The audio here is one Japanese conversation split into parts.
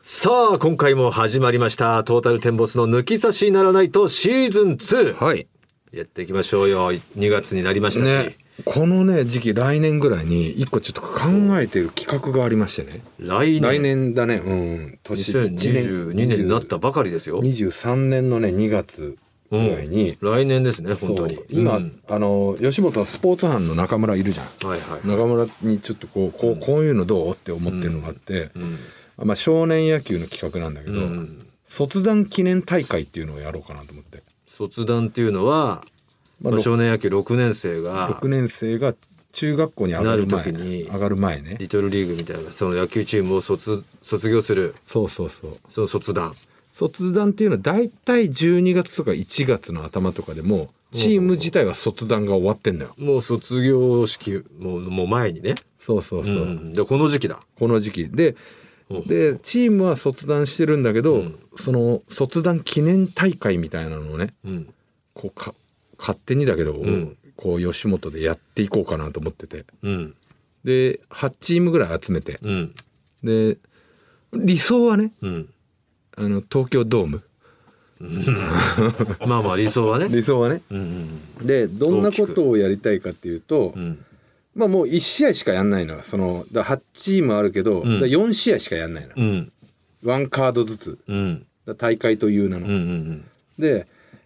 さあ今回も始まりましたトータルテンボスの抜き差しならないとシーズン2、 はい、 やっていきましょうよ。2月になりましたし、 ね、このね時期来年ぐらいに一個ちょっと考えてる企画がありましてね。 来年だね、年 2022年になったばかりですよ。 23年のね2月ぐらいに、 来年ですね本当に。 今、吉本のスポーツ班の中村いるじゃん、 はいはい、 中村にちょっとこういうのどうって思ってるのがあって、まあ、少年野球の企画なんだけど、卒団記念大会っていうのをやろうかなと思って。 卒団っていうのは、少年野球6年生が中学校に上がる前ね、 リトルリーグみたいなその野球チームを卒業する、その卒団っていうのはだいたい12月とか1月の頭とかでもチーム自体は卒団が終わってんだよ。 もう卒業式もう前にね。 そう、 でこの時期でチームは卒団してるんだけど、その卒団記念大会みたいなのをね、こう勝手にだけど、こう吉本でやっていこうかなと思ってて、で8チームぐらい集めて、で理想はね、東京ドームまあ理想はねでどんなことをやりたいかっていうと、まあもう1試合しかやんないのはだ8チームあるけど、だ4試合しかやんないの、1カードずつ、大会という名の、で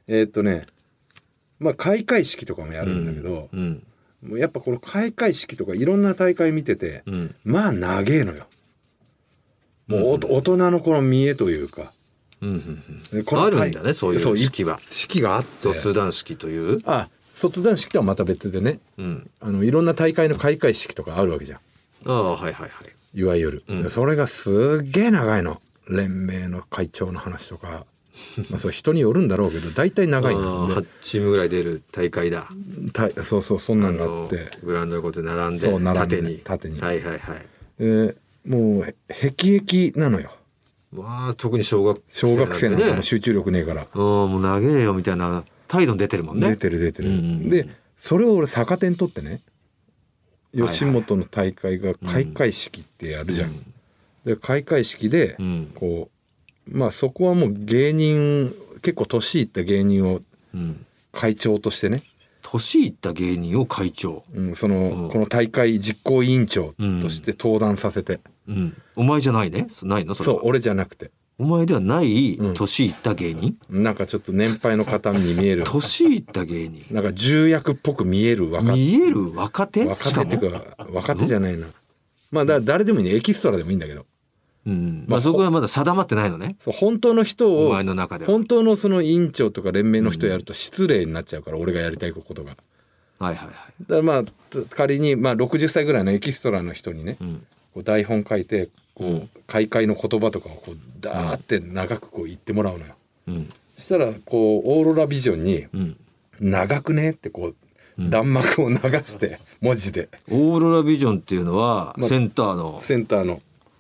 まあ開会式とかもやるんだけど、もうやっぱこの開会式とかいろんな大会見てて、まあ長えのよ。もう大人のこの見栄というか、 あるんだね、そういう式があって、 卒団式という、 卒団式とはまた別でね、いろんな大会の開会式とかあるわけじゃん。いわゆる、それがすげえ長いの。連盟の会長の話とかまあそれ人によるんだろうけど大体長いので、 8チームぐらい出る大会だ。 そんなのがあって、 グラウンド横で並んで縦にもうへきへきなのよ。 特に小学生なんかも集中力ねえから、 もう長えよみたいな態度出てるもんね。 出てる、でそれを俺逆手に取ってね、吉本の大会が開会式ってやるじゃん、で開会式でこう、まあそこはもう芸人、結構年いった芸人を会長としてね、 年いった芸人を会長、 この大会実行委員長として登壇させて、 お前じゃないね、ないのそれは。 そう、俺じゃなくて、 お前ではない年いった芸人、 なんかちょっと年配の方に見える年いった芸人、 なんか重役っぽく見える若手っていうか若手じゃないな、まあ誰でもいいね、エキストラでもいいんだけど、 そこはまだ定まってないのね。 本当の人を、 お前の中では本当のその委員長とか連盟の人やると失礼になっちゃうから、俺がやりたいことが。だからまあ仮に60歳ぐらいのエキストラの人にね、こう台本書いてこう開会の言葉とかをこうダーって長くこう言ってもらうのよ。そしたらこうオーロラビジョンに長くねってこう弾幕を流して文字で。 オーロラビジョンっていうのはセンターの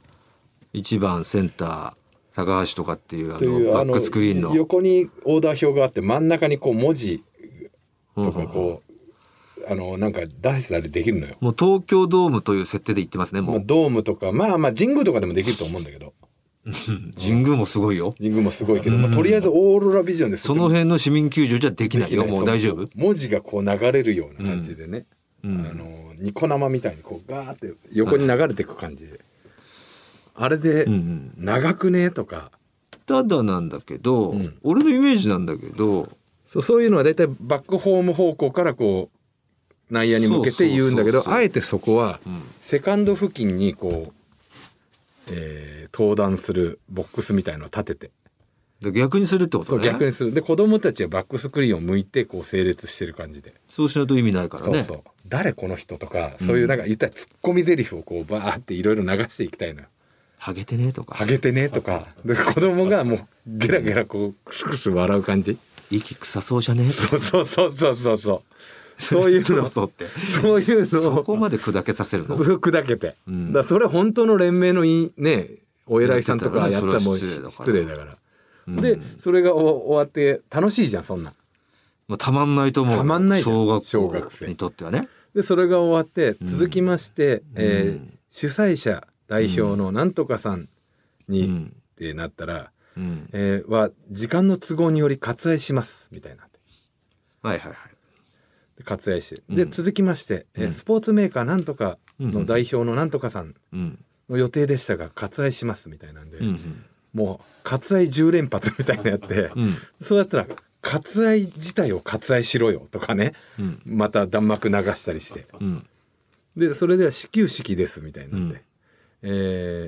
1番センター高橋とかっていうバックスクリーンの横にオーダー表があって、真ん中にこう文字とかこうなんか出したりできるのよ。 もう東京ドームという設定で言ってますね。もうドームとかまあ神宮とかでもできると思うんだけど神宮もすごいよ。 神宮もすごいけど、とりあえずオーロラビジョンです。 その辺の市民球場じゃできないよ。もう大丈夫。 文字がこう流れるような感じでね、ニコ生みたいにこうガーって横に流れていく感じで、あれで長くねとか、 ただなんだけど、俺のイメージなんだけど、 そういうのはだいたいバックホーム方向からこう内野に向けて言うんだけど、あえてそこはセカンド付近にこう、登壇するボックスみたいのを立てて、 逆にするってことね。 そう、逆にする。で子供たちはバックスクリーンを向いてこう整列してる感じで、 そうしないと意味ないからね。 誰この人とか、そういうなんか言ったらツッコミ台詞をこうバーっていろいろ流していきたいのよ。 ハゲてねとかで子供がもうゲラゲラこうクスクス笑う感じ、 息臭そうじゃねとか、 そういうのそういうのそこまで砕けさせるの。 砕けて、だそれ本当の連盟のねお偉いさんとかやったらもう失礼だから、でそれが終わって楽しいじゃん、そんな、 たまんないと思う。 たまんないじゃん、 小学生にとってはね。 でそれが終わって続きまして、主催者代表のなんとかさんにってなったら、は時間の都合により割愛しますみたいな。 はいはいはい。 で割愛して、で続きまして、スポーツメーカーなんとかの代表のなんとかさんの予定でしたが割愛しますみたいなんで、もう割愛10連発みたいなやって、そうやったら割愛自体を割愛しろよとかね、また弾幕流したりして、でそれでは始球式ですみたいになって、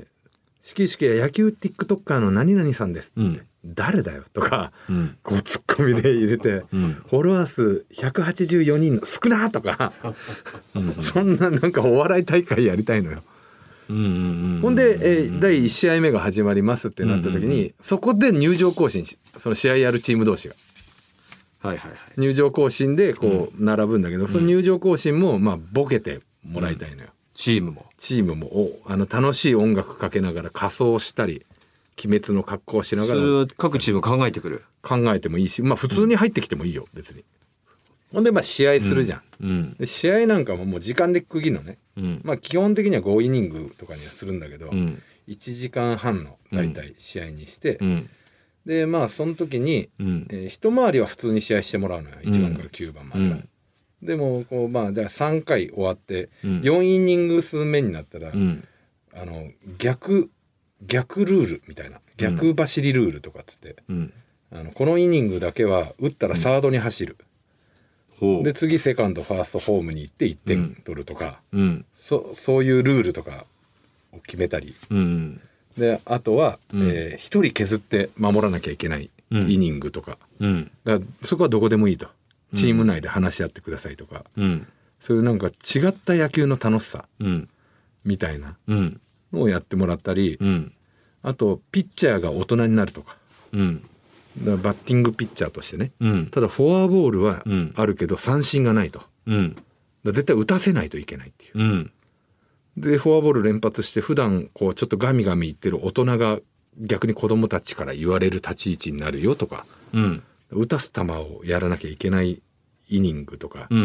始球式は野球 TikToker の何々さんですって、誰だよとか、こうツッコミで入れて、フォロワー数184人の少なとか、そんななんかお笑い大会やりたいのよ。ほんで、第1試合目が始まりますってなった時に、そこで入場行進、その試合やるチーム同士が、入場行進でこう並ぶんだけど、その入場行進もまあボケてもらいたいのよ。チームも楽しい音楽かけながら仮装したり、鬼滅の格好をしながら、 それは各チーム考えてくる、 考えてもいいし、まあ普通に入ってきてもいいよ、別に。ほんでまあ試合するじゃん、で試合なんかももう時間で区切るのね、まあ基本的には5イニングとかにはするんだけど、1時間半の大体試合にして、でまあその時に、一回りは普通に試合してもらうのよ、1番から9番までは。でもこうまあだから3回終わって、4イニング数目になったら、逆ルールみたいな、逆走りルールとかっつって、このイニングだけは打ったらサードに走る、で次セカンドファーストホームに行って1点取るとか、そういうルールとかを決めたり、であとは、1人削って守らなきゃいけないイニングとか、だからそこはどこでもいいと、チーム内で話し合ってくださいとか、そういうなんか違った野球の楽しさみたいなのをやってもらったり、あとピッチャーが大人になるとか、だからバッティングピッチャーとしてね、ただフォアボールはあるけど三振がないと、だから絶対打たせないといけないっていう、でフォアボール連発して普段こうちょっとガミガミ言ってる大人が逆に子供たちから言われる立ち位置になるよとか、打たす球をやらなきゃいけないイニングとか、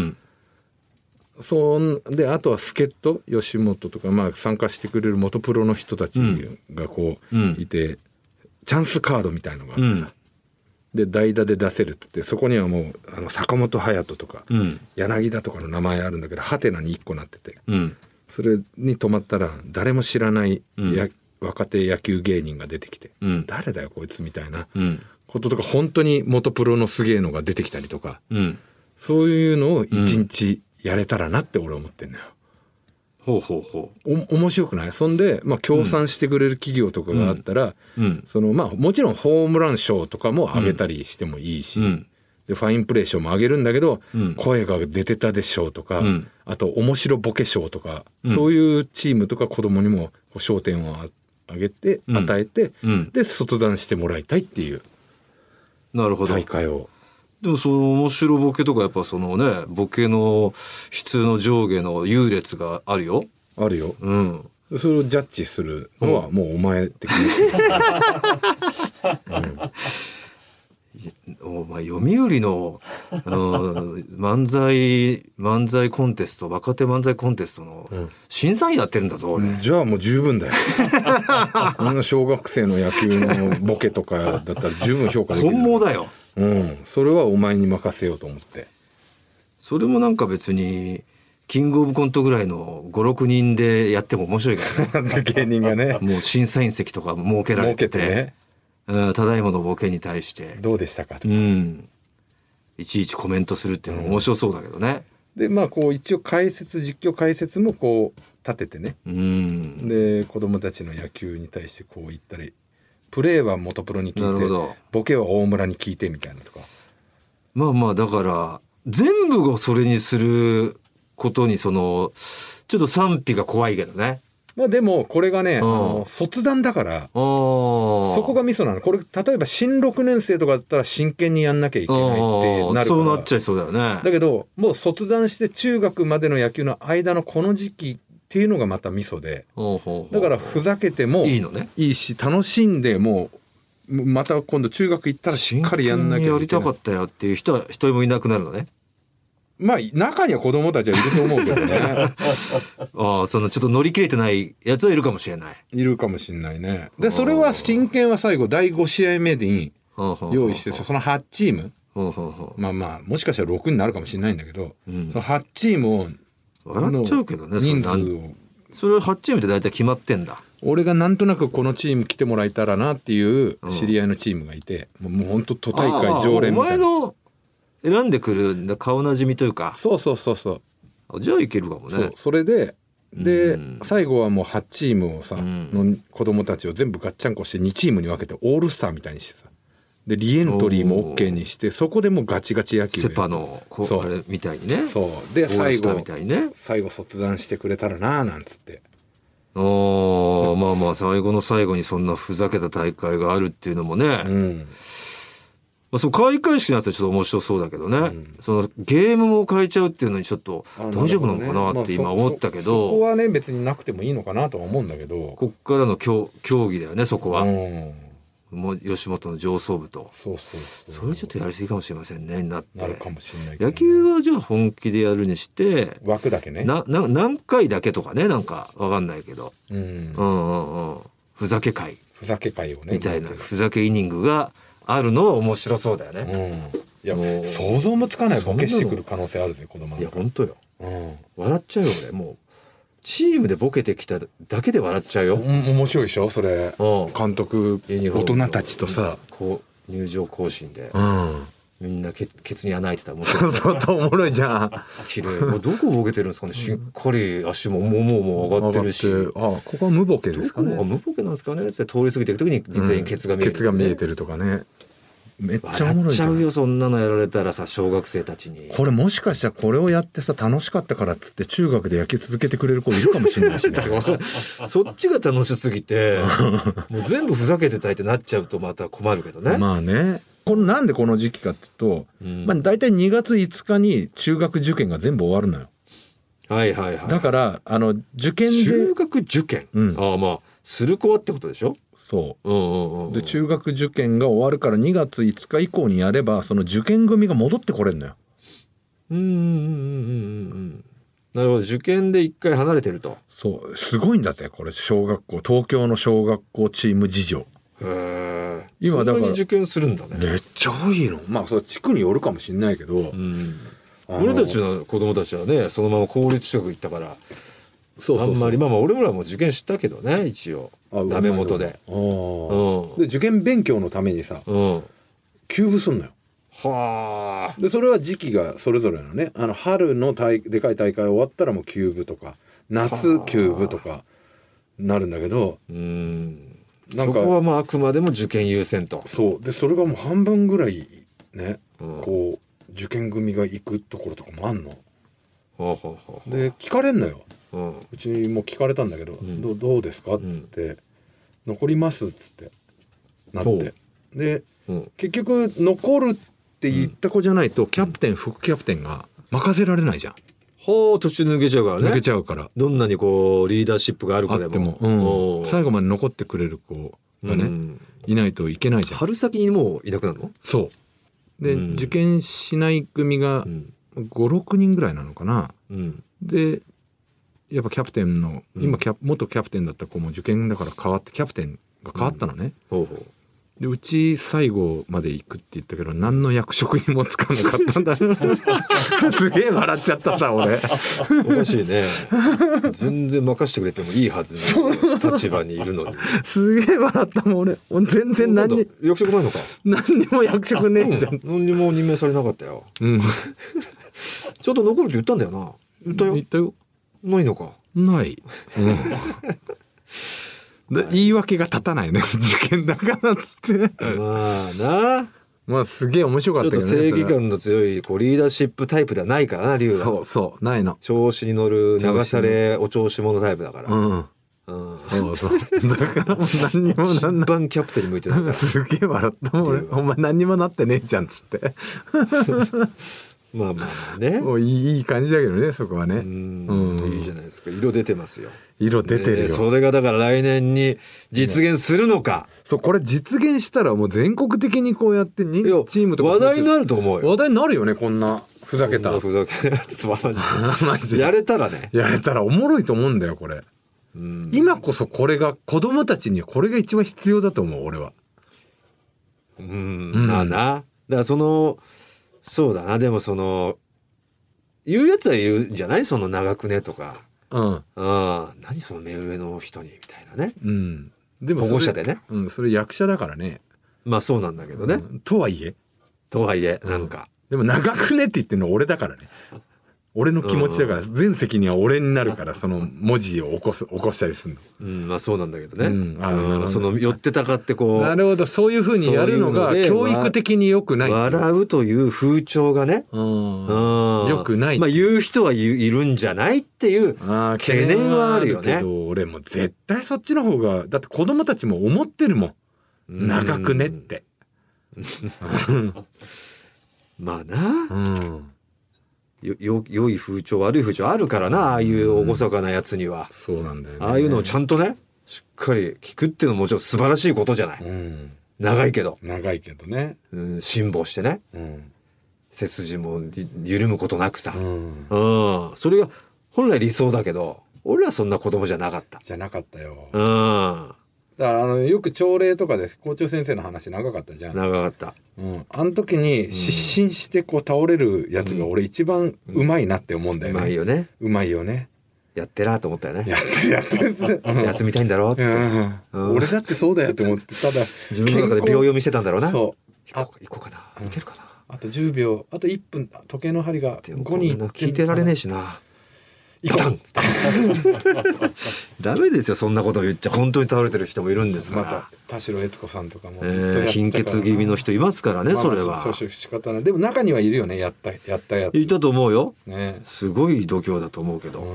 であとは助っ人吉本とか、まあ参加してくれる元プロの人たちがこういて、チャンスカードみたいのがあってさ、で代打で出せるって言って、そこにはもう坂本勇人とか、柳田とかの名前あるんだけどハテナに1個なってて、それに止まったら誰も知らない若手野球芸人が出てきて、誰だよこいつみたいなこととか、本当に元プロのすげえのが出てきたりとか、そういうのを1日やれたらなって俺は思ってんだよ。面白くない？そんで、まあ、協賛してくれる企業とかがあったら、そのまあ、もちろんホームラン賞とかも上げたりしてもいいし、でファインプレー賞も上げるんだけど、声が出てたでしょうとか、あと面白ボケ賞とか、そういうチームとか子供にも焦点を上げて与えて、で卒団してもらいたいっていう大会を。 でもその面白ボケとかやっぱそのね、ボケの質の上下の優劣があるよ。 あるよ。それをジャッジするのはもうお前的に。 お前読売の漫才コンテスト、若手漫才コンテストの審査員やってるんだぞ俺。 じゃあもう十分だよ。あんな小学生の野球のボケとかだったら十分評価できる。 本望だよ。 それはお前に任せようと思って。 それもなんか別にキングオブコントぐらいの 5,6 人でやっても面白いからね。 芸人がね、 もう審査員席とか設けられてて、ただいまのボケに対してどうでしたかとか、 いちいちコメントするっていうのも面白そうだけどね。 でまあこう一応実況解説もこう立ててね、で子供たちの野球に対してこう言ったり、プレーは元プロに聞いて、ボケは大村に聞いてみたいなとか。 まあまあだから全部をそれにすることにちょっと賛否が怖いけどね。 まあでもこれがね、卒団だからそこがミソなの。これ例えば新6年生とかだったら真剣にやんなきゃいけないってなるから、 そうなっちゃいそうだよね。 だけどもう卒団して中学までの野球の間のこの時期っていうのがまたミソで、だからふざけてもいいのね、いいし楽しんで、もうまた今度中学行ったらしっかりやんなきゃいけない。 真剣にやりたかったよっていう人は一人もいなくなるのね。 まあ中には子供たちはいると思うけどねそのちょっと乗り切れてないやつはいるかもしれない。 いるかもしれないね。でそれは真剣は最後第5試合目に用意して、その8チーム、まあまあもしかしたら6になるかもしれないんだけど、その8チームを笑っちゃうけどね、 人数をそれ8チームって大体決まってんだ。 俺がなんとなくこのチーム来てもらえたらなっていう知り合いのチームがいて、もうほんと都大会常連みたいな。お前の選んでくる顔なじみというか。 そう。 じゃあいけるかもね。 それで最後はもう8チームをさ、の子供たちを全部ガッチャンコして2チームに分けてオールスターみたいにしてさ、でリエントリーも OK にして、そこでもうガチガチ野球セパのあれみたいにね。 そうで最後卒団してくれたらななんつって。 まあまあ最後の最後にそんなふざけた大会があるっていうのもね、そう開会式のやつはちょっと面白そうだけどね、そのゲームも変えちゃうっていうのにちょっと大丈夫なのかなって今思ったけど、 そこはね別になくてもいいのかなとは思うんだけど、 こっからの競技だよねそこは。もう吉本の上層部とそれちょっとやりすぎかもしれませんね。なるかもしれないけど、 野球はじゃあ本気でやるにして枠だけね、 何回だけとかね、なんかわかんないけど、ふざけ会をねみたいなふざけイニングがあるのは面白そうだよね。 いやもう想像もつかないボケしてくる可能性あるぜ子供。 いや本当よ、笑っちゃうよ俺。もうチームでボケてきただけで笑っちゃうよ。 面白いでしょそれ。監督大人たちとさ入場行進で、みんなケツに穴開いてたら面白い。そうおもろいじゃん。 綺麗。どこボケてるんですかね。しっかり足ももも上がってるし。 ここは無ボケですかね。 無ボケなんですかね。通り過ぎていく時に全員ケツが見えてるとかね。めっちゃおもろいじゃん。 笑っちゃうよそんなのやられたらさ、小学生たちに。 これもしかしたらこれをやってさ楽しかったからっつって中学で野球続けてくれる子いるかもしれないしね。 そっちが楽しすぎてもう全部ふざけてたいってなっちゃうとまた困るけどね。 まあね。なんでこの時期かっていうと、だいたい2月5日に中学受験が全部終わるのよ。だから受験で中学受験、まあする子はってことでしょ。 そう。で中学受験が終わるから2月5日以降にやればその受験組が戻ってこれるのよ。 なるほど。受験で一回離れてると。 そうすごいんだってこれ東京の小学校チーム事情。 今だから受験するんだね。 めっちゃいいの。まあそれ地区によるかもしれないけど、 俺たちの子供たちはねそのまま公立中学行ったからあんまりまあ俺らも受験したけどね一応ダメ元で。 で受験勉強のためにさ休部すんのよ。でそれは時期がそれぞれのね春のでかい大会終わったらもう休部とか夏休部とかなるんだけど、 なんかそこはまああくまでも受験優先と。 そうでそれがもう半分ぐらいね、こう受験組が行くところとかもあんの。で聞かれんのよ。うちも聞かれたんだけど、どうですかっつって、残りますっつってなってで、結局残るって言った子じゃないとキャプテン副キャプテンが任せられないじゃん。 途中抜けちゃうからね。 抜けちゃうからどんなにこうリーダーシップがある子でも最後まで残ってくれる子がね、いないといけないじゃん。 春先にもういなくなるの。 そうで、受験しない組が5-6人ぐらいなのかな。でやっぱキャプテンの今元キャプテンだった子も受験だから変わってキャプテンが変わったのね。でうち最後まで行くって言ったけど何の役職にもつかなかったんだ。すげえ笑っちゃったさ俺。 おかしいね。全然任してくれてもいいはずの立場にいるのに。 すげえ笑ったもん俺。全然役職ないのか。 何にも役職ねえじゃん。 何にも任命されなかったよ。ちょっと残るって言ったんだよな。言ったよ。ないのか。 ない。言い訳が立たないね受験だからって。 まあな。 まあすげえ面白かったけどね。 ちょっと正義感の強いリーダーシップタイプではないからな龍は。 そうないの。 調子に乗る流されお調子者タイプだから。 そうだからもう何にもなんない。 一番キャプテンに向いてないから。 すげえ笑ったもん俺。お前何にもなってねえじゃんっつって。 まあね。 もういい感じだけどねそこはね。 いいじゃないですか。色出てますよ。 色出てるよ。 それがだから来年に実現するのか。 そうこれ実現したらもう全国的にこうやってチームとか話題になると思うよ。 話題になるよねこんなふざけたやつはマジでやれたらね、 やれたらおもろいと思うんだよこれ。今こそこれが子供たちにこれが一番必要だと思う俺は。 まあな、だからそうだな、でも言うやつは言うんじゃない、その長くねとか、何その目上の人にみたいなね、 でも保護者でね、 それ役者だからね。 まあそうなんだけどね、 とはいえなんか、 でも長くねって言ってるの俺だからね。俺の気持ちだから、全責任は俺になるから、その文字を起こしたりするの。まあそうなんだけどね、寄ってたかってこう、 なるほど、そういう風にやるのが教育的に良くない。 笑うという風潮がね、 良くない。 まあ言う人はいるんじゃないっていう懸念はあるよね。 けど俺も絶対そっちの方が、だって子供たちも思ってるもん、長くねって。 まあな、良い風潮悪い風潮あるからな、ああいう厳かなやつには。 そうなんだよね。 ああいうのをちゃんとね、しっかり聞くっていうのももちろん素晴らしいことじゃない、長いけどね、辛抱してね、背筋も緩むことなくさ、それが本来理想だけど、俺はそんな子供じゃなかったよ。だからよく朝礼とかで校長先生の話長かったじゃん。 長かった。 あの時に失神してこう倒れるやつが俺一番うまいなって思うんだよね。うまいよね。 やってらと思ったよね。 やってる。 休みたいんだろうっつって。 俺だってそうだよって思って、ただ自分の中で秒読みしてたんだろうな。 そう。 行こうかな。いけるかな。 あと10秒、あと1分、時計の針が5に聞いてられねえしな。ガタンっつってダメですよ、そんなこと言っちゃ。本当に倒れてる人もいるんですから。 また田代悦子さんとかもずっとやった貧血気味の人いますからね、それは。 そう仕方ない。でも中にはいるよね、やったやついたと思うよ、すごい度胸だと思うけど。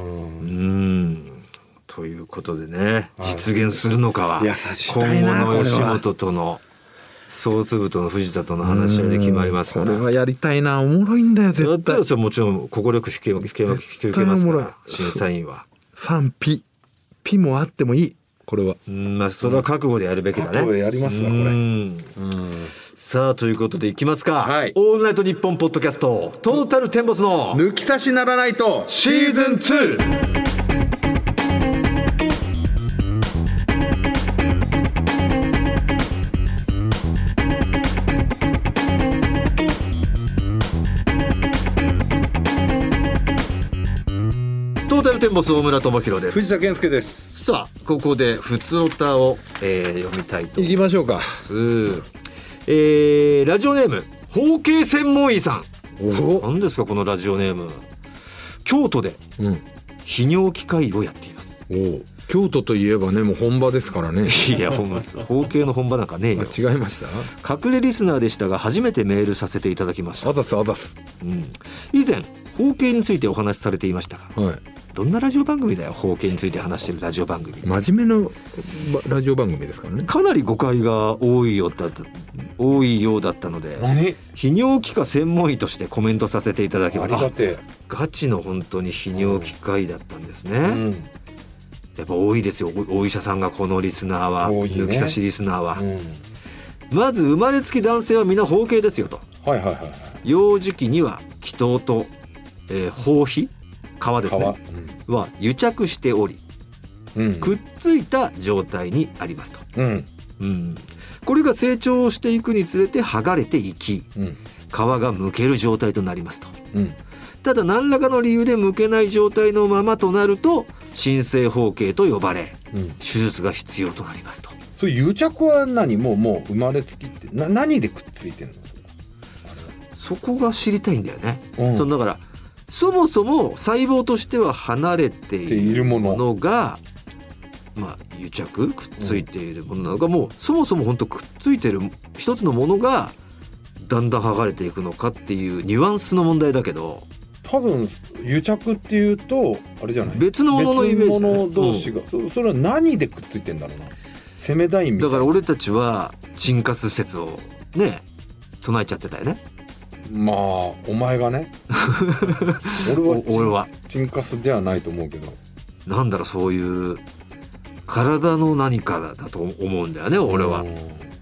ということでね、実現するのかは今後の吉本とのスポーツ部との藤田との話し合いで決まりますから。 これはやりたいな、おもろいんだよ絶対。 だったらそれもちろん快く引き受けますから、審査員は。 賛否ピもあってもいい、これは。 まあそれは覚悟でやるべきだね。 覚悟でやりますわこれ。 さあということでいきますか。オールナイトニッポンポッドキャストトータルテンボスの抜き差しならないとシーズン2。トータルテンボス大村智弘です。 藤田健介です。 さあここでふつおたを、読みたいと思います。 行きましょうか。 ラジオネーム包茎専門医さん。何ですかこのラジオネーム。京都で泌尿器科医をやっています。 京都といえばね、もう本場ですからね。 いや包茎の本場なんかねえよ。 違いました。 隠れリスナーでしたが初めてメールさせていただきました。 あざす、 以前包茎についてお話しされていましたが、どんなラジオ番組だよ、包茎について話してるラジオ番組。 真面目なラジオ番組ですからね。 かなり誤解が多いようだったので、泌尿器科専門医としてコメントさせていただきました。ガチの本当に泌尿器科医だったんですね。やっぱ多いですよ、お医者さんがこのリスナーは、抜き差しリスナーは。まず生まれつき男性は皆包茎ですよと。幼児期には気筒と、包皮皮ですね、は癒着しており、くっついた状態にありますと。これが成長していくにつれて剥がれていき、皮がむける状態となりますと。ただ何らかの理由でむけない状態のままとなると新生包茎と呼ばれ、手術が必要となりますと。 そういう癒着は何、もう生まれつきって何でくっついてるの？ そこが知りたいんだよね。だからそもそも細胞としては離れているものが、癒着くっついているものなのか、もうそもそも本当くっついている一つのものがだんだん剥がれていくのかっていうニュアンスの問題だけど、 多分癒着っていうとあれじゃない、 別のもののイメージ、 別物同士が、それは何でくっついてんだろうな。セメダインみたいな。 だから俺たちは沈下説をね唱えちゃってたよね。 お前がね俺は沈下ではないと思うけど、 なんだろう、そういう体の何かだと思うんだよね俺は。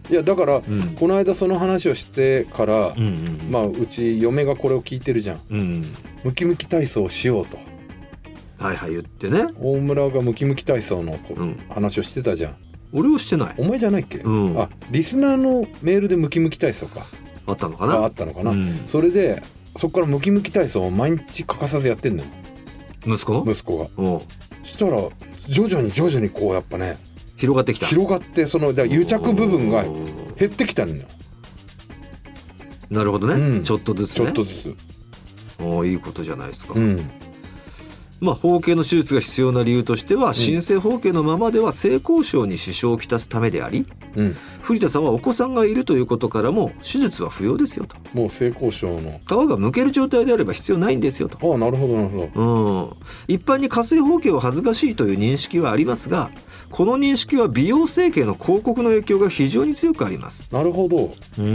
いやだから、この間その話をしてから、まあうち嫁がこれを聞いてるじゃん、ムキムキ体操をしようと言ってね。 大村がムキムキ体操の話をしてたじゃん。 俺はしてない。 お前じゃないっけ、あ、リスナーのメールでムキムキ体操かあったのかな。 あったのかな、それでそこからムキムキ体操を毎日欠かさずやってんのよ、息子が。したら徐々にこうやっぱね広がってきた。 広がってそのだ癒着部分が減ってきたんだよ。 なるほどね、ちょっとずつね。 ちょっとずつ。 いいことじゃないですか。まあ、包茎の手術が必要な理由としては、新生包茎のままでは性交渉に支障をきたすためであり、藤田さんはお子さんがいるということからも手術は不要ですよと。 もう性交渉の皮がむける状態であれば必要ないんですよと。 ああ、なるほどなるほど。一般に下性包茎は恥ずかしいという認識はありますが、この認識は美容整形の広告の影響が非常に強くあります。 なるほど。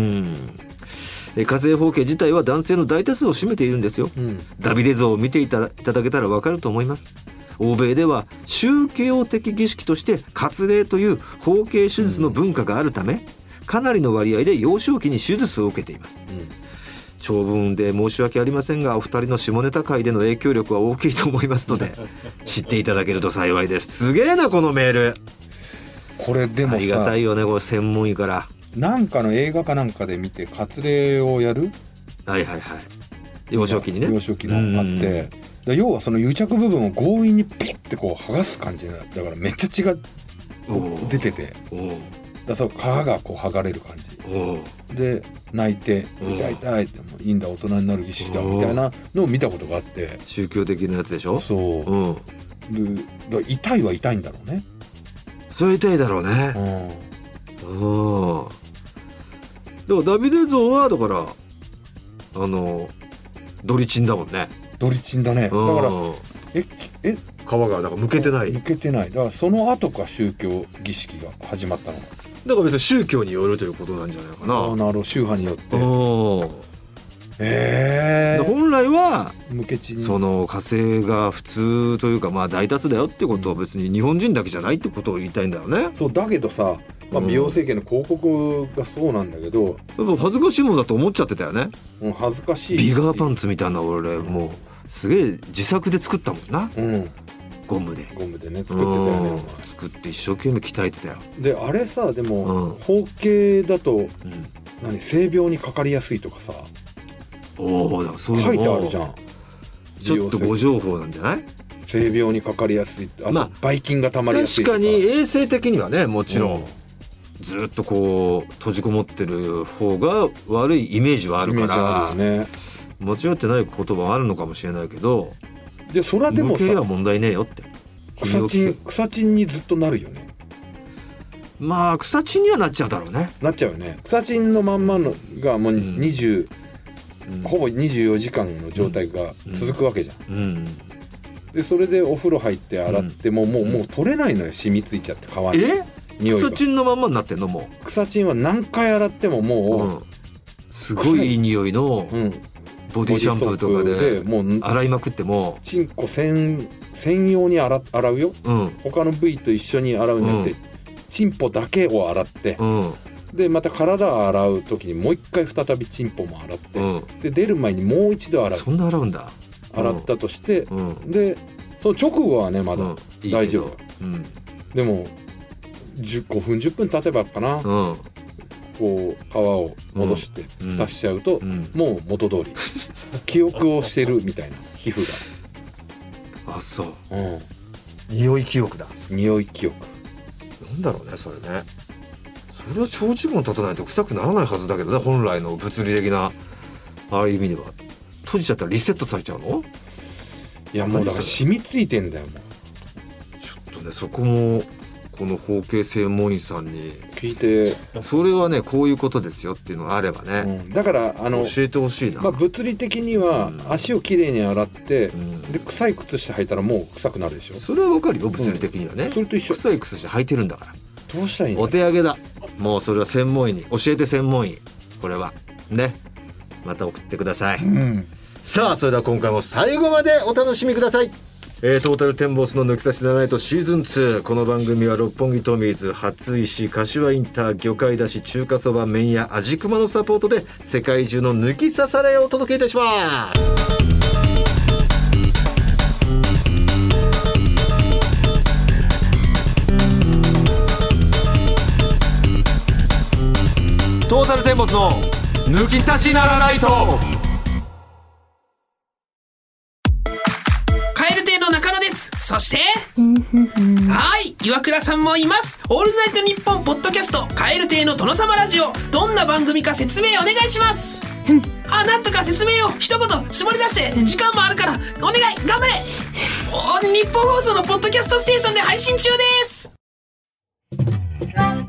下性包茎自体は男性の大多数を占めているんですよ、ダビデ像を見ていただけたら分かると思います。欧米では宗教的儀式として割礼という包茎手術の文化があるため、かなりの割合で幼少期に手術を受けています。長文で申し訳ありませんが、お二人の下ネタ界での影響力は大きいと思いますので知っていただけると幸いです。すげえなこのメール。 これでもさ、 ありがたいよね、これ専門医から。 なんかの映画かなんかで見て割礼をやる、 幼少期にね、 幼少期のあって、要はその癒着部分を強引にピッてこう剥がす感じだからめっちゃ血が出てて、だそう皮がこう剥がれる感じで泣いて痛い痛いってもういいんだ大人になる儀式だみたいなのを見たことがあって。 宗教的なやつでしょ。 そう、で痛いは痛いんだろうね。 それ痛いだろうね。でもダビデ像はだからドリチンだもんね。 ドリチンだね。だから皮がだからむけてない。 だからその後か宗教儀式が始まったの。 だから別に宗教によるということなんじゃないかな。 なるほど、宗派によって。 本来は無ケチにその火星が普通というか、まあ大多数だよってことは別に日本人だけじゃないってことを言いたいんだよね。 そうだけどさ、美容整形の広告がそうなんだけど、 恥ずかしいものだと思っちゃってたよね。 恥ずかしいビガーパンツみたいな、俺もうすげえ自作で作ったもんな、ゴムでね作ってたよね。 作って一生懸命鍛えてたよ。 であれさ、でも包茎だと性病にかかりやすいとかさ、 だからそういうの書いてあるじゃん。 ちょっとご情報なんじゃない？ 性病にかかりやすい、あとばい菌がたまりやすいとか。 確かに衛生的にはね、もちろんずっとこう閉じこもってる方が悪いイメージはあるから、間違ってない言葉はあるのかもしれないけど、 でそれはでもさ、 向けは問題ねえよって。 草チンにずっとなるよね。 まあ草チンにはなっちゃうだろうね。 なっちゃうよね。草チンのまんまのがもうほぼ24時間の状態が続くわけじゃん。でそれでお風呂入って洗っても、もう取れないのよ、染みついちゃって皮に。匂いが草チンのまんまになってんの？もう草チンは何回洗ってももう、 すごいいい匂いのボディシャンプーとかでもう洗いまくってもチンコ専用に洗うよ、他の部位と一緒に洗うんじゃなくて、チンポだけを洗って、でまた体を洗う時にもう一回再びチンポも洗って、で出る前にもう一度洗う。 そんな洗うんだ。 洗ったとして、でその直後はねまだ大丈夫、でも5分10分経てばかな、こう皮を戻して蓋しちゃうと、もう元通り記憶をしてるみたいな皮膚が。あ、そう、匂い記憶だ。 匂い記憶なんだろうね、それね。それは長時間経たないと臭くならないはずだけどね、本来の物理的なああいう意味では。閉じちゃったらリセットされちゃうの？ いやもうだから染みついてんだよ。もうちょっとね、そこもこの包茎専門医さんに聞いて、 それはねこういうことですよっていうのがあればね、 だから教えてほしいな。 物理的には足をきれいに洗って、で臭い靴下履いたらもう臭くなるでしょ。 それはわかるよ、物理的にはね、 それと一緒。 臭い靴下履いてるんだから。 どうしたらいいんだ。 お手上げだ。もうそれは専門医に教えて、専門医これはね、また送ってください。さあそれでは今回も最後までお楽しみください。 トータルテンボスの抜き差しならないとシーズン2。この番組は六本木トミーズ、初石、柏インター、魚介だし、中華そば、麺屋、味熊のサポートで世界中の抜き差されをお届けいたします。トータルテンボスの抜き差しならないと。 そしてはい岩倉さんもいます。オールナイトニッポンポッドキャスト蛙亭の殿様ラジオ、どんな番組か説明お願いします。なんとか説明を一言絞り出して、時間もあるからお願い頑張れ。日本放送のポッドキャストステーションで配信中です。 オー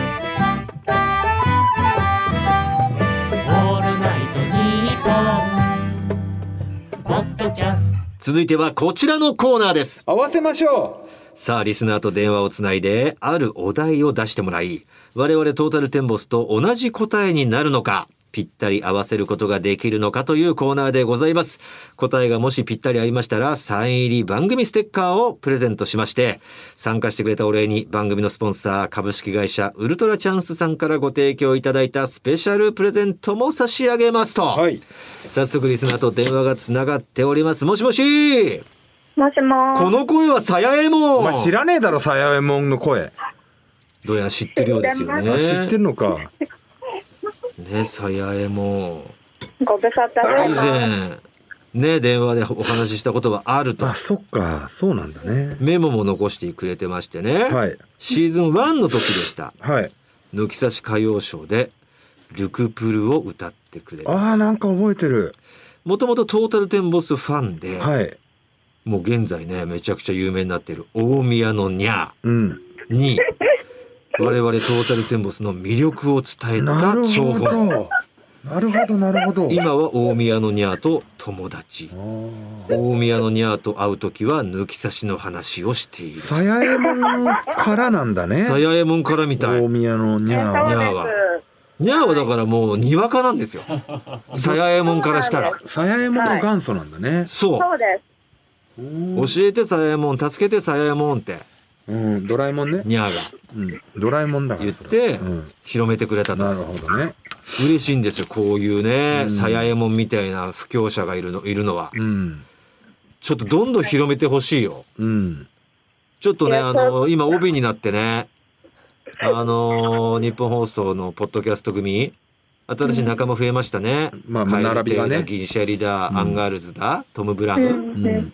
ルナイトニッポンポッドキャスト。 続いてはこちらのコーナーです。 合わせましょう。さあリスナーと電話をつないであるお題を出してもらい、我々トータルテンボスと同じ答えになるのか、ぴったり合わせることができるのかというコーナーでございます。答えがもしぴったり合いましたらサイン入り番組ステッカーをプレゼントしまして、参加してくれたお礼に番組のスポンサー株式会社ウルトラチャンスさんからご提供いただいたスペシャルプレゼントも差し上げますと、はい、早速リスナーと電話がつながっております。もしもし。 もしも。 この声はさやえもん。 お前知らねえだろ、さやえもんの声。 どうやら知ってるようですよね。 知ってんのかね、さやえもご無沙汰です。 以前ね電話でお話ししたことはあると。 そっか、そうなんだね。 メモも残してくれてましてね、はい、シーズン1の時でした、はい、抜き差し歌謡ショーでルクプルを歌ってくれた。 なんか覚えてる。 もともとトータルテンボスファンで、 はい、 もう現在ねめちゃくちゃ有名になっている大宮のニャーに、我々トータルテンボスの魅力を伝えた情報。 なるほどなるほど。 今は大宮のニャーと友達。大宮のニャーと会うときは抜き差しの話をしている。 さやえもんからなんだね。 さやえもんからみたい。 大宮のニャーはニャーはだからもうにわかなんですよ。さやえもんからしたら。 さやえもんの元祖なんだね。 そうです。 教えてさやえもん、助けてさやえもんって。 ドラえもんね。 ニャーが、ドラえもんだから言って、広めてくれたと。 なるほどね。 嬉しいんですよ、こういうね、さやえもんみたいな布教者がいるのは、ちょっとどんどん広めてほしいよ、ちょっとね今帯になってね日本放送のポッドキャスト組新しい仲間増えましたね、 並びがね、 銀シャリだ、アンガールズだ、トム・ブラウン、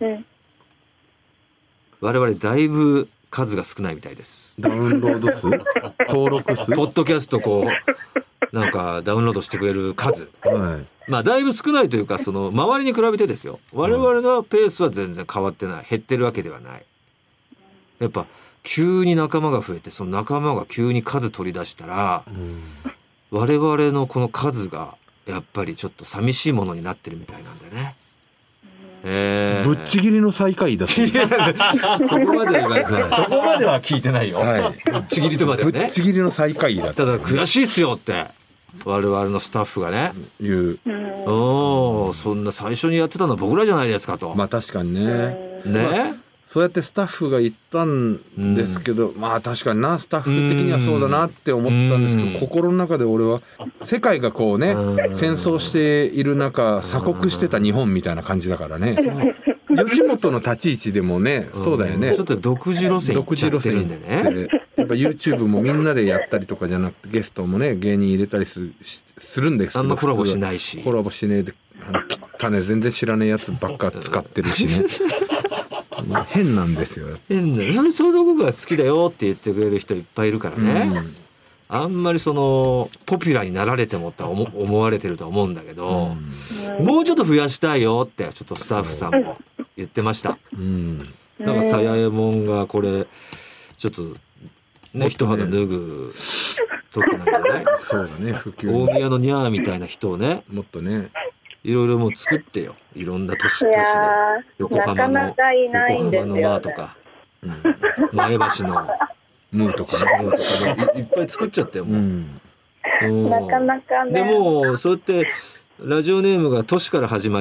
我々だいぶ数が少ないみたいです。 ダウンロード数登録数ポッドキャストなんかダウンロードしてくれる数、だいぶ少ないというか、その周りに比べてですよ、我々のペースは全然変わってない、減ってるわけではない。やっぱ急に仲間が増えて、その仲間が急に数取り出したら、我々のこの数がやっぱりちょっと寂しいものになってるみたいなんでね。 ぶっちぎりの最下位だと。そこまでは聞いてないよ、ぶっちぎりとかでね、 ぶっちぎりの最下位だ。 ただ悔しいっすよって我々のスタッフがね言う。 そんな最初にやってたのは僕らじゃないですかと。 確かにね。そうやってスタッフが言ったんですけど、確かにな、スタッフ的にはそうだなって思ったんですけど、心の中で俺は世界がこうね、戦争している中鎖国してた日本みたいな感じだからね。吉本の立ち位置でもね、そうだよね。 ちょっと独自路線行っちゃってるんでね。 やっぱ YouTube もみんなでやったりとかじゃなくて、ゲストもね芸人入れたりするんですけど、 あんまコラボしないし。 コラボしねえで、全然知らねえやつばっか使ってるしね。変なんですよ。 変だよ。そういうとこが好きだよって言ってくれる人いっぱいいるからね、あんまりそのポピュラーになられてもと思われてると思うんだけど、もうちょっと増やしたいよってちょっとスタッフさんも言ってました、なんかさやえもんがこれちょっとね一肌脱ぐ時なんじゃない？ そうだね、普及。 大宮のニャーみたいな人をね、 もっとねいろいろもう作ってよ、いろんな都市で横浜の輪とか、前橋のムーとかいっぱい作っちゃったよもう、 なかなかね。 でもそうやってラジオネームが都市から始まる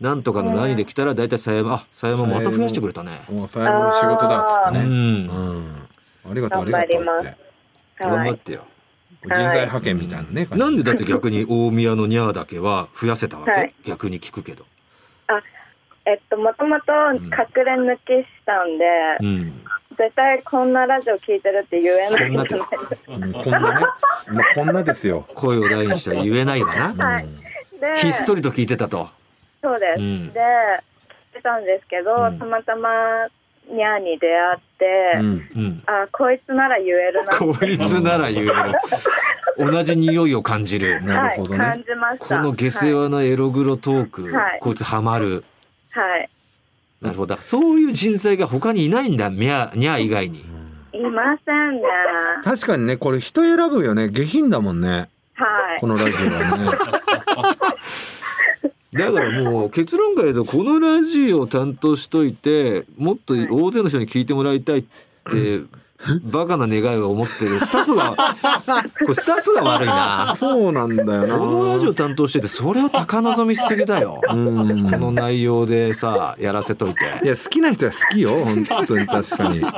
なんとかの何で来たらだいたい狭山また増やしてくれたね。 もう狭山の仕事だっつってね。ありがとうありがとうって。 頑張ってよ。 人材派遣みたいなね。 なんでだって逆に大宮のニャーだけは増やせたわけ？逆に聞くけど。 もともと隠れ抜きしたんで、絶対こんなラジオ聞いてるって言えないじゃないですか。 こんなね、もうこんなですよ。 声を大にしては言えないわな。ひっそりと聞いてたと。 そうです。で、聞いてたんですけど、たまたまニャーに出会って、こいつなら言えるな。 こいつなら言える。同じ匂いを感じる。 なるほどね。 感じました。 この下世話なエログロトーク、こいつハマる。 はい。 なるほど。そういう人材が他にいないんだ、ニャー以外に。 いませんね。 確かにね、これ人選ぶよね。下品だもんね。 はい。 このラジオはね。 だからもう結論から言うと、このラジオを担当しといて、もっと大勢の人に聞いてもらいたいって、バカな願いを思ってるスタッフがこれスタッフが悪いな。 そうなんだよな。 このラジオ担当しててそれを高望みしすぎだよ。この内容でさやらせといて。 いや好きな人は好きよ本当に確かに。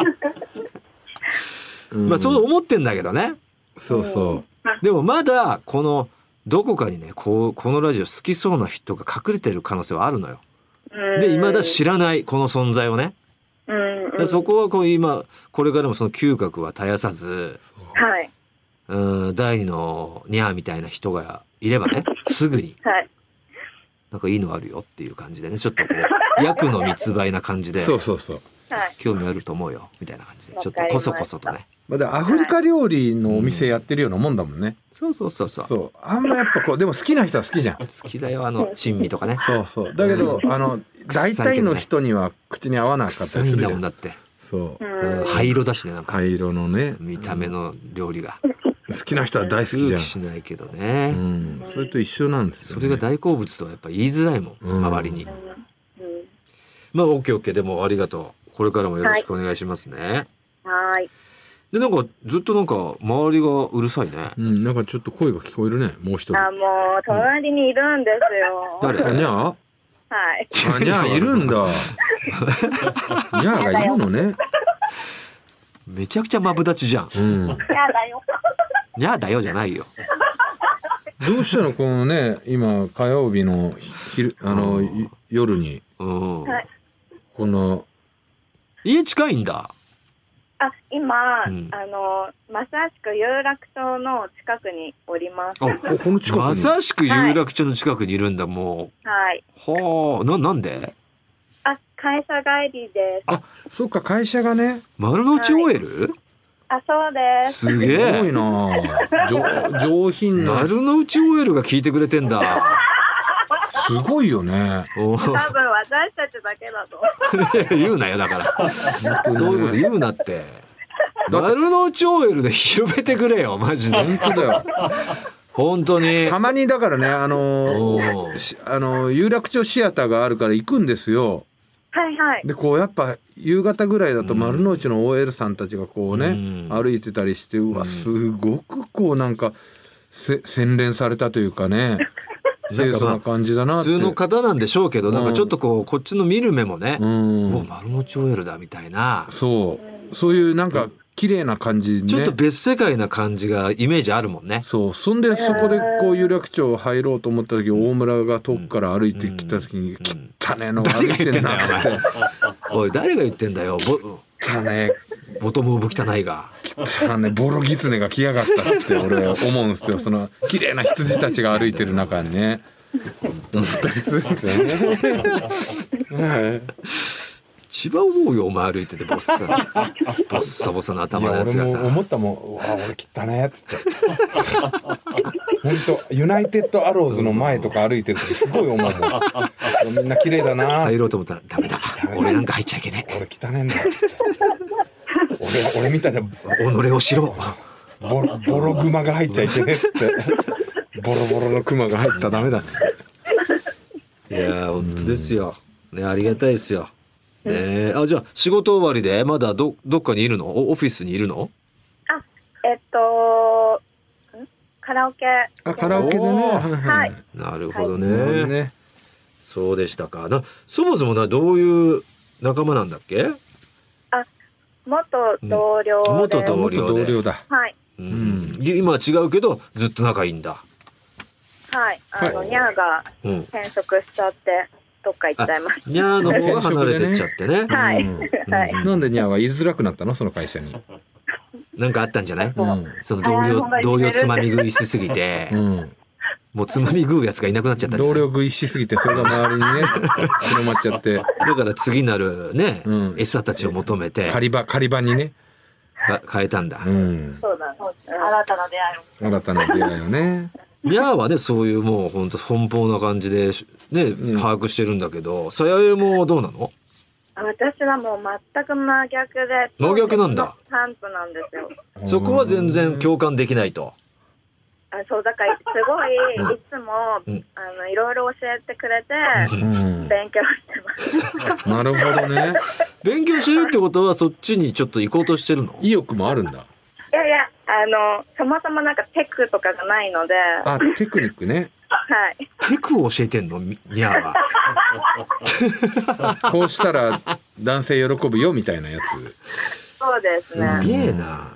まあそう思ってんだけどね。 そうそう。 でもまだこのどこかにねこのラジオ好きそうな人が隠れてる可能性はあるのよ。で未だ知らないこの存在をね。そこはこれからもその嗅覚は絶やさず、第二のニャーみたいな人がいればねすぐに、なんかいいのあるよっていう感じでねちょっとこう薬の密売な感じでそう興味あると思うよみたいな感じでちょっとこそこそとね。 アフリカ料理のお店やってるようなもんだもんね。 そうあんまやっぱこうでも好きな人は好きじゃん。 好きだよ珍味とかね。 そうだけど大体の人には口に合わなかったりするじゃん。 だって。 そう。 灰色だしねなんか。 灰色のね見た目の料理が。 好きな人は大好きじゃん。 しないけどね。 それと一緒なんですよ。 それが大好物とはやっぱ言いづらいもん周りに。まあオッケーでもありがとう。これからもよろしくお願いしますね。 はい。 でなんかずっとなんか周りがうるさいね。 なんかちょっと声が聞こえるねもう一人。 もう隣にいるんですよ。 誰？ にゃー？ はい。 にゃーいるんだ。にゃーがいるのね。 めちゃくちゃマブダチじゃん。 にゃーだよ。 にゃーだよじゃないよ。 どうしたのこのね今火曜日の夜にこの家近いんだ。 今、まさしく有楽町の近くにおります。 この近くに。 まさしく有楽町の近くにいるんだもう。 はい。 はあ、なんで？ 会社帰りです。 そっか会社がね。 丸の内 OL？ そうです。 すげえ。 すごいな。上品な。 丸の内 OL が聞いてくれてんだ。 すごいよね。 多分私たちだけだと。 言うなよだから。そういうこと言うなって。丸の内 OL で広めてくれよマジで。 本当だよ。 本当に。 たまにだからね有楽町シアターがあるから行くんですよ。 はいはい。 でこうやっぱ夕方ぐらいだと丸の内の OL さんたちがこうね歩いてたりしてうわすごくこうなんか洗練されたというかね。清楚な感じだなって。 普通の方なんでしょうけどなんかちょっとこっちの見る目もね丸の内 OL だみたいなそういうなんか綺麗な感じね。 ちょっと別世界な感じがイメージあるもんね。 そんでそこでこう有楽町入ろうと思った時大村が遠くから歩いてきた時に汚ねえの歩いてんなっておい誰が言ってんだよボトムオブ汚いがボロギツネが来やがったって俺思うんですよ。その綺麗な羊たちが歩いてる中にね思ったりするんですよね。 一番思うよお前歩いててボッサボサの頭のやつがさ。 俺も思ったもん俺汚ねっつって本当ユナイテッドアローズの前とか歩いてる時すごい思うもんみんな綺麗だな。 入ろうと思ったらダメだ俺なんか入っちゃいけねえ俺汚ねえんだ俺みたいな己を知ろうボログマが入っちゃいけねえってボロボロのクマが入ったらダメだって。 いや本当ですよねありがたいですよ。じゃあ仕事終わりでまだどっかにいるの？オフィスにいるの？ カラオケ。 カラオケでね。 はい。 なるほどね。 そうでしたか。そもそもどういう仲間なんだっけ？ 元同僚で、 元同僚だ。 はい。 今は違うけどずっと仲いいんだ。 はい。ニャーが転職しちゃってどっか行っちゃいました。 ニャーの方が離れてっちゃってね。 はい。 なんでニャーは言いづらくなったのその会社に？ なんかあったんじゃない？その同僚つまみ食いしすぎて。もうつまみ食うやつがいなくなっちゃった。 同僚食いしすぎてそれが周りにね広まっちゃって。 だから次なるね、餌たちを求めて狩り場にね変えたんだ。 そうだ、新たな出会いを。 新たな出会いをね。 ニャーはねそういうもう本当奔放な感じでね把握してるんだけど、さやえもどうなの？ 私はもう全く真逆で。 真逆なんだ。 タンプなんですよ。 そこは全然共感できないと。 そうだからすごいいつもいろいろ教えてくれて勉強してます。 なるほどね。 勉強してるってことはそっちにちょっと行こうとしてるの？ 意欲もあるんだ。 いやいやそもそもなんかテクとかがないので。 テクニックね。 はい。 テクを教えてんのニャーは。こうしたら男性喜ぶよみたいなやつ。 そうですね。 すげえな。 はい。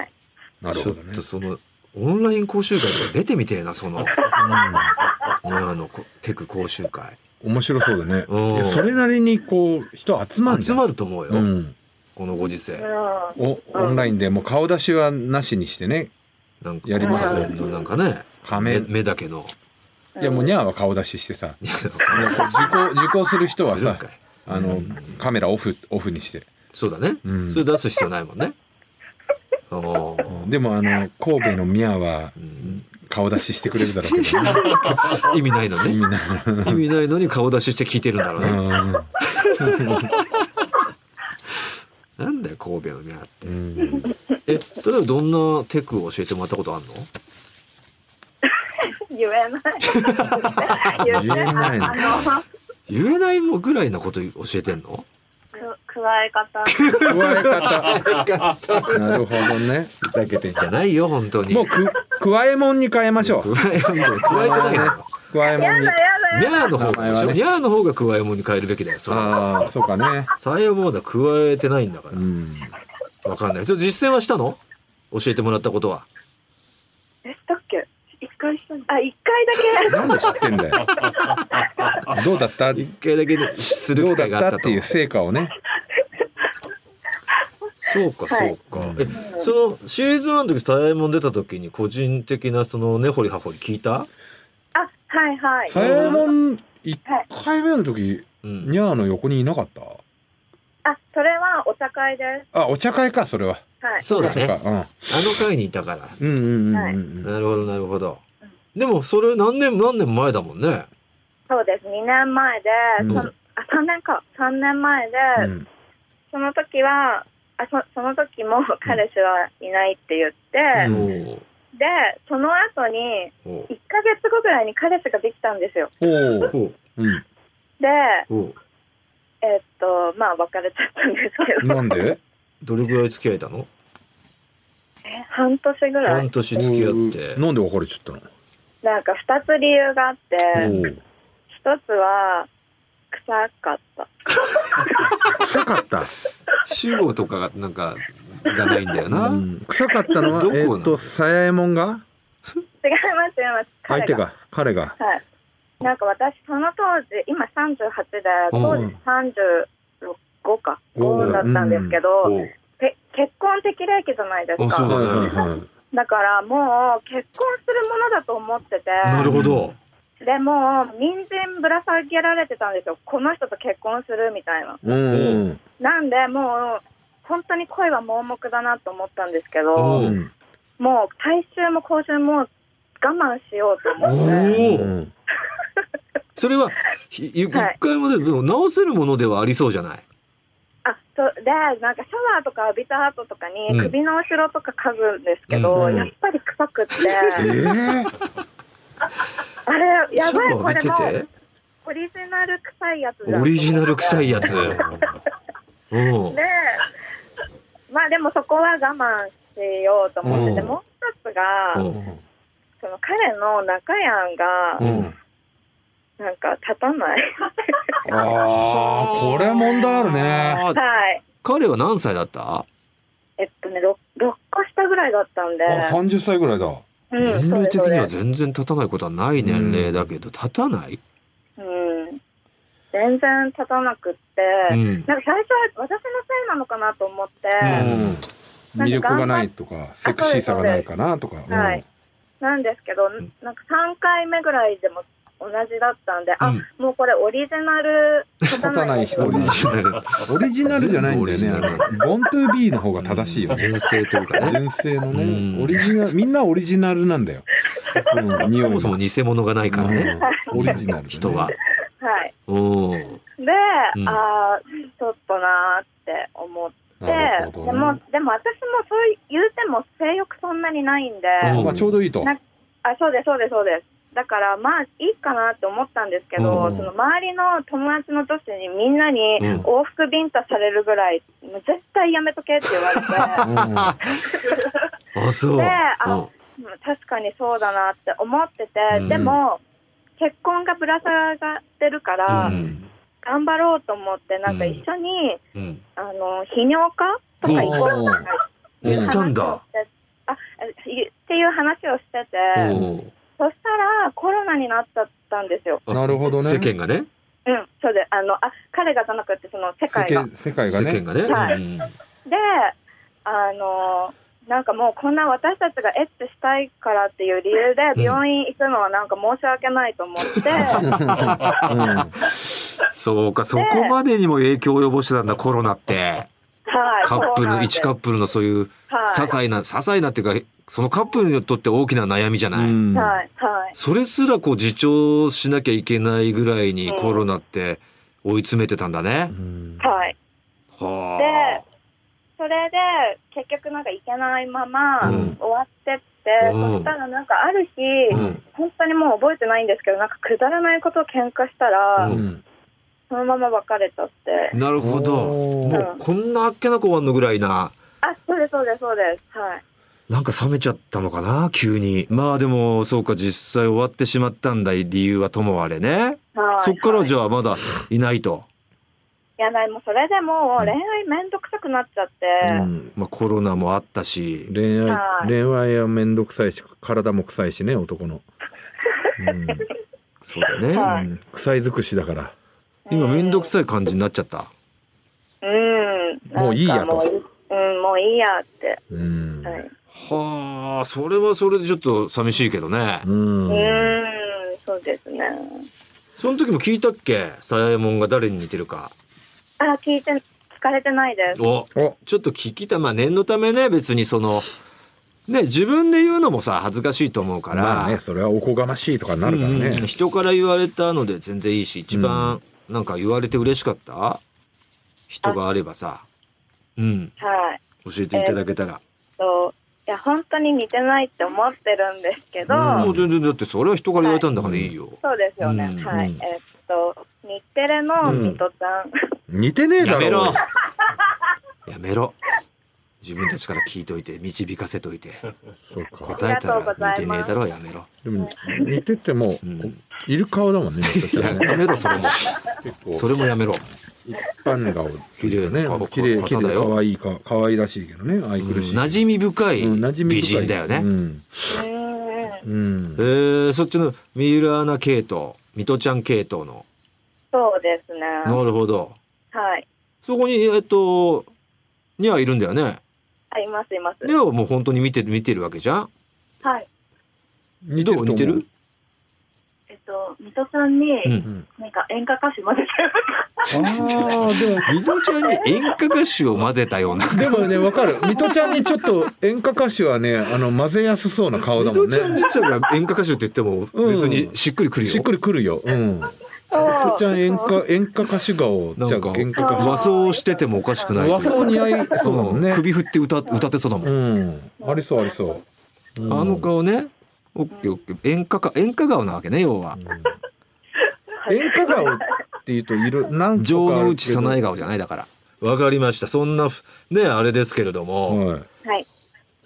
なるほどね。 ちょっとそのオンライン講習会とか出てみてえなそのニャーのテク講習会。 面白そうだね。それなりにこう人集まると思うよ。このご時世。 オンラインでもう顔出しはなしにしてね。やりますよ。 なんかね。目だけの。 いやもうニャーは顔出ししてさ。受講する人はさカメラオフにして。 そうだね。それ出す必要ないもんね。 でも神戸のミヤは顔出ししてくれるだろうけどね。 意味ないのね。意味ないのに顔出しして聞いてるんだろうね。なんだよ神戸のミヤって。例えばどんなテクを教えてもらったことあるの？ 言えないもぐらいなこと教えてんの？ 加え方。 なるほどね。 ふざけてんじゃないよ本当に。 もう加えもんに変えましょう。 加えてないの。 加えもんに。 ニャーの方がでしょ。ニャーの方が加えもんに変えるべきだよ。 そうかね。 さやもだ加えてないんだから。わかんない。実践はしたの？教えてもらったことは。 したっけ？一回した。一回だけ。 なんで知ってんだよ。どうだった？ 一回だけする機会があったと。 どうだったっていう成果をね。 そうかそうか。そのシーズン1の時さやえもん出た時に個人的なその根掘り葉掘り聞いた？ はいはい。 さやえもん1回目の時ニャーの横にいなかった？ それはお茶会です。 お茶会かそれは。 はい。 そうだね。あの会にいたから。なるほどなるほど。でもそれ何年前だもんね。 そうです。2年前で、3年前で、その時はその時も彼氏はいないって言って、でその後に1ヶ月後ぐらいに彼氏ができたんですよ。でまあ別れちゃったんですけど。 なんで？ どれぐらい付き合えたの？ 半年ぐらい。 半年付き合って。 なんで別れちゃったの？ なんか2つ理由があって、1つは臭かった。 臭かった。 主語とかがなんかがないんだよな。 臭かったのはさやえもんが？ 違います。 彼が。 はい。なんか私その当時今38で当時35か5だったんですけど、結婚適齢期じゃないですか。だからもう結婚するものだと思ってて。 なるほど。 でも人参ぶら下げられてたんですよ。この人と結婚するみたいな。なんでもう本当に恋は盲目だなと思ったんですけど、もう大衆も公衆も我慢しようと思って。 それは一回もで直せるものではありそうじゃない？ でなんかシャワーとか浴びた後とかに首の後ろとか嗅ぐんですけど、やっぱり臭くって。あれやばい、これもオリジナル臭いやつだ。 オリジナル臭いやつ。でまあでもそこは我慢しようと思ってて、もう一つがその彼の中やんがなんか立たない。 これ問題あるね。 はい。 彼は何歳だった？ 6個下ぐらいだったんで。 30歳ぐらいだ。 年齢的には全然立たないことはない年齢だけど、立たない？ 全然立たなくって、なんか最初は私のせいなのかなと思って、 魅力がないとかセクシーさがないかなとか、 はい、なんですけど、なんか3回目ぐらいでも同じだったんで、もうこれオリジナル立たない人。オリジナルじゃないんだよね。ボントゥービーの方が正しいよね。 純正というかね。 純正のね、オリジナル、みんなオリジナルなんだよ。 そもそも偽物がないからね。 オリジナル人は。 はい。で、ちょっとなーって思って、でも私もそう言うても性欲そんなにないんで、 ちょうどいいと。 そうです。だからまあいいかなって思ったんですけど、その周りの友達の女子にみんなに往復ビンタされるぐらい、もう絶対やめとけって言われて、 そう。 で、確かにそうだなって思ってて、でも結婚がぶら下がってるから、頑張ろうと思って、なんか一緒に、泌尿科とか行こうとか言ったんだ。 っていう話をしてて、そしたらコロナになっちゃったんですよ。 なるほどね。 世間がね。 そうで、彼がじゃなくてその世界が。 世界がね。 はい。で、なんかもうこんな私たちがエッチしたいからっていう理由で病院行くのはなんか申し訳ないと思って、 そうか、そこまでにも影響を及ぼしてたんだ、コロナって。カップル、1カップルのそういう些細なっていうか、そのカップルにとって大きな悩みじゃない。それすらこう自重しなきゃいけないぐらいにコロナって追い詰めてたんだね。 はい。で、それで結局なんか行けないまま終わってって、そしたらなんかある日、本当にもう覚えてないんですけど、なんかくだらないことを喧嘩したら、そのまま別れちゃって。 なるほど。もうこんなあっけなく終わんのぐらいな。 そうです。はい。 なんか冷めちゃったのかな、急に。まあでもそうか、実際終わってしまったんだ、理由はともあれね。そっからじゃあまだいないと。 いや、もうそれでもう恋愛めんどくさくなっちゃって、 コロナもあったし、 恋愛はめんどくさいし、体も臭いしね、男の。 そうだね。 臭い尽くしだから。 今めんどくさい感じになっちゃった。 もういいやと。 もういいやって。 はあ、それはそれでちょっと寂しいけどね。 そうですね。 その時も聞いたっけ、さやもんが誰に似てるか。 聞かれてないです。 ちょっと聞きたい。まあ念のためね、別にそのね、自分で言うのもさ恥ずかしいと思うから、 まあね、それはおこがましいとかになるからね。 人から言われたので全然いいし、一番なんか言われて嬉しかった人があればさ、教えていただけたら。 いや本当に似てないって思ってるんですけど、 もう全然だってそれは人から言われたんだからいいよ。 そうですよね。はい。日テレの水戸ちゃん。 似てねえだろ。 やめろ。自分たちから聞いといて導かせといて。答えたら似てねえだろ、やめろ。 でも似ててもいる顔だもんね。 やめろ、それも。それもやめろ。 一般顔綺麗ね、 綺麗可愛い可愛らしいけどね、愛くるしい。 馴染み深い美人だよね。そっちの三浦アナ系統、水戸ちゃん系統の。 そうですね。 なるほど。 はい。 そこににはいるんだよね。 います。 にはもう本当に見てるわけじゃん。 はい。 似てる？ 水戸さんになんか演歌歌手混ぜたような。 でも水戸ちゃんに演歌歌手を混ぜたような。 でもね、わかる。水戸ちゃんにちょっと演歌歌手はね、混ぜやすそうな顔だもんね。 水戸ちゃん自体が演歌歌手って言っても別にしっくりくるよ。 しっくりくるよ。水戸ちゃん演歌歌手顔じゃ演歌歌手。 和装しててもおかしくない。 和装似合いそうだもんね。 首振って歌ってそうだもん。 ありそう。 あの顔ね。オッケー。演歌顔なわけね、要は。 演歌顔っていうと何城之内早苗顔じゃないだから。わかりました。そんなねあれですけれども、 はい。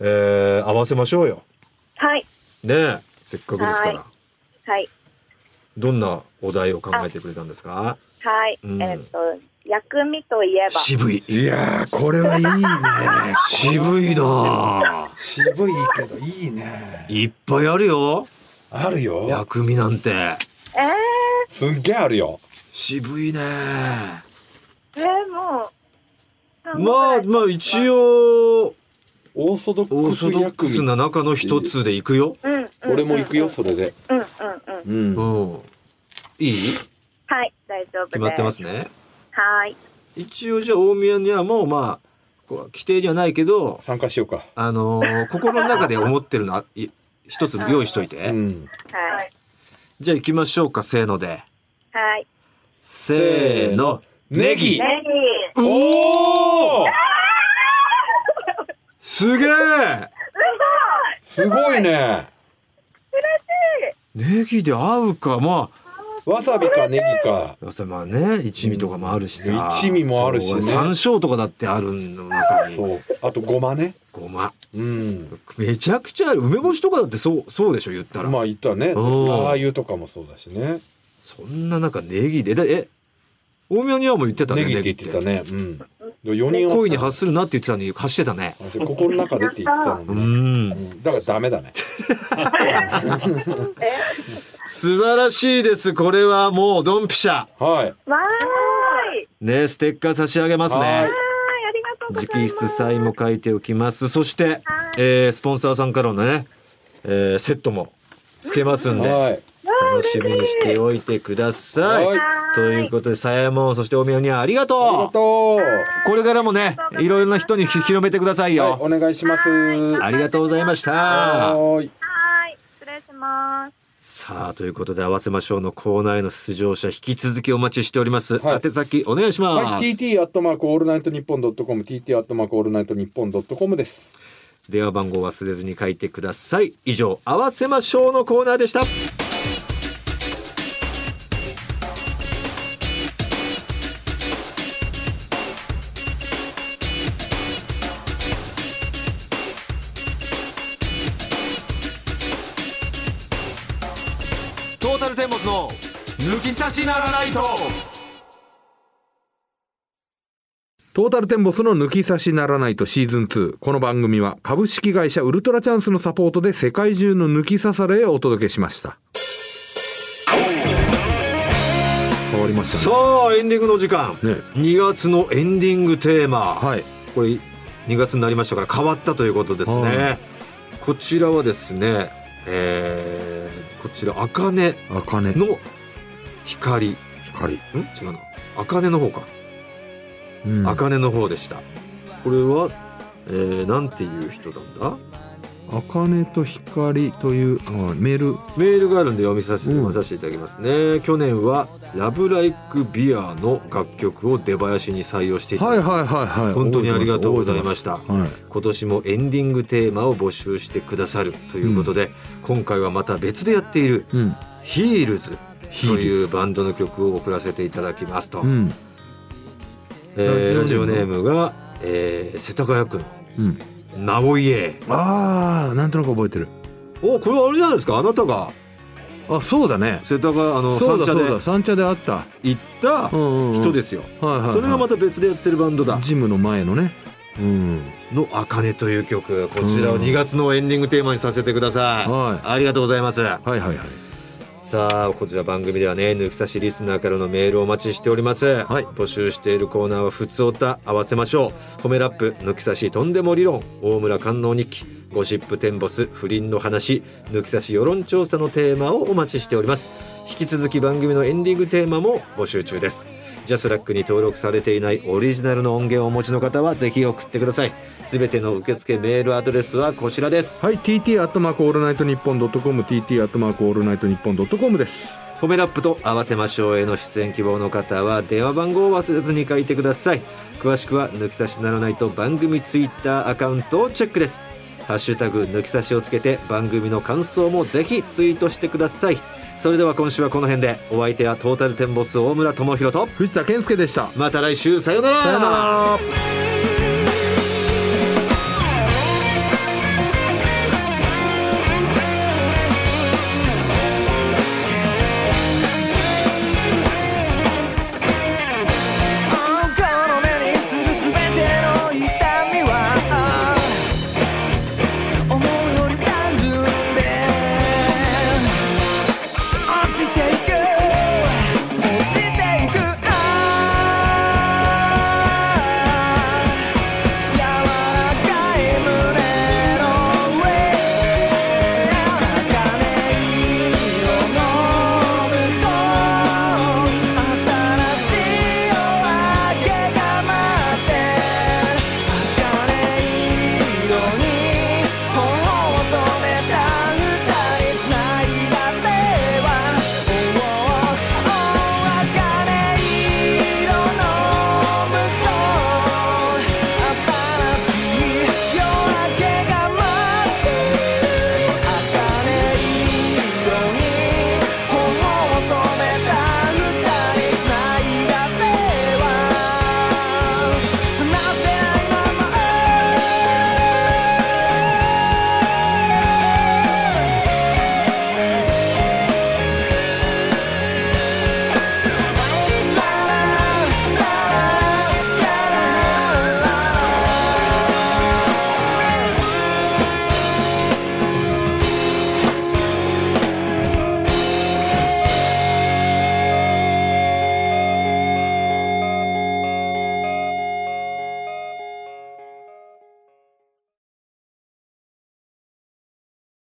合わせましょうよ。 はい。 ねせっかくですから。 はい。 どんなお題を考えてくれたんですか？ はい、薬味といえば渋い。 いやーこれはいいね。 渋いな。 渋いけどいいね。 いっぱいあるよ。 あるよ。 薬味なんて。 すっげえあるよ。 渋いね。 もうまあ一応オーソドックスな中の一つでいくよ。 俺も行くよそれで。 いい？ はい、大丈夫です。 決まってますね。 はい。 一応じゃあ大宮にはもうまあ規定にはないけど参加しようか。 心の中で思ってるの一つ用意しといて。 はい。 じゃあ行きましょうか、せーので。 はい。 せーの。ネギ。 おお。 すげえ。 すごいね。 ネギで合うか。まあわさびかネギか。 まあね、一味とかもあるしさ。 一味もあるしね。 山椒とかだってあるの中に。 そう。あとごまね。 ごま。めちゃくちゃある。梅干しとかだってそうでしょ、言ったら。 まあ言ったね。ラー油とかもそうだしね。そんな中ネギで大宮にはもう言ってたね。 ネギって言ってたね。 恋に発するなって言ってたのに発してたね。 心の中でって言ってたのに。だからダメだね。 素晴らしいです。これはもうドンピシャ。 はい。 ね、ステッカー差し上げますね。直筆サインも書いておきます。そして、スポンサーさんからのね、セットもつけますんで、楽しみにしておいてください。ということで、さやもん、そして大宮にはありがとう。ありがとう。これからもね、いろいろな人に広めてくださいよ。 お願いします。 ありがとうございました。 はい、失礼します。 さあ、ということで、合わせましょうのコーナーへの出場者、引き続きお待ちしております。宛先お願いします。 はい、TT@オールナイトニッポン.com、TT@オールナイトニッポン.com です。 電話番号忘れずに書いてください。以上、合わせましょうのコーナーでした。トータルテンボスの抜き差しならないと。 トータルテンボスの抜き差しならないとシーズン2。この番組は株式会社ウルトラチャンスのサポートで世界中の抜き差されをお届けしました。変わりましたね。 さあエンディングの時間、2月のエンディングテーマ、これ2月になりましたから変わったということですね。こちらはですね、こちら茜の光。違うな、茜の方か。茜の方でした。これは、なんていう人なんだ。 茜と光というメールがあるんで読まさせていただきますね。去年はラブライクビアの楽曲を出囃子に採用していただき、本当にありがとうございました。今年もエンディングテーマを募集してくださるということで、今回はまた別でやっている、ヒールズというバンドの曲を送らせていただきますと。ラジオネームが、世田谷区のナオイエ。 なんとなく覚えてる。 これはあれじゃないですか、あなたが。 そうだね、 世田谷三茶であった行った人ですよ。それがまた別でやってるバンドだ。 ジムの前のね、 の茜という曲、こちらを2月のエンディングテーマにさせてください。ありがとうございます。さあ、こちら番組ではね、抜き差しリスナーからのメールをお待ちしております。募集しているコーナーはふつおた、合わせましょう、褒めラップ、抜き差しとんでも理論、大村官能日記、ゴシップテンボス、不倫の話、抜き差し世論調査のテーマをお待ちしております。引き続き番組のエンディングテーマも募集中です。ジャスラックに登録されていないオリジナルの音源をお持ちの方はぜひ送ってください。すべての受付メールアドレスはこちらです。 TT@オールナイトニッポン.com、TT@オールナイトニッポン.com です。 褒めラップと合わせましょうへの出演希望の方は電話番号を忘れずに書いてください。詳しくは抜き差しならないと番組ツイッターアカウントをチェックです。ハッシュタグ抜き差しをつけて番組の感想もぜひツイートしてください。それでは今週はこの辺で。お相手はトータルテンボス大村智広と藤田健介でした。 また来週、さよなら。 さよなら。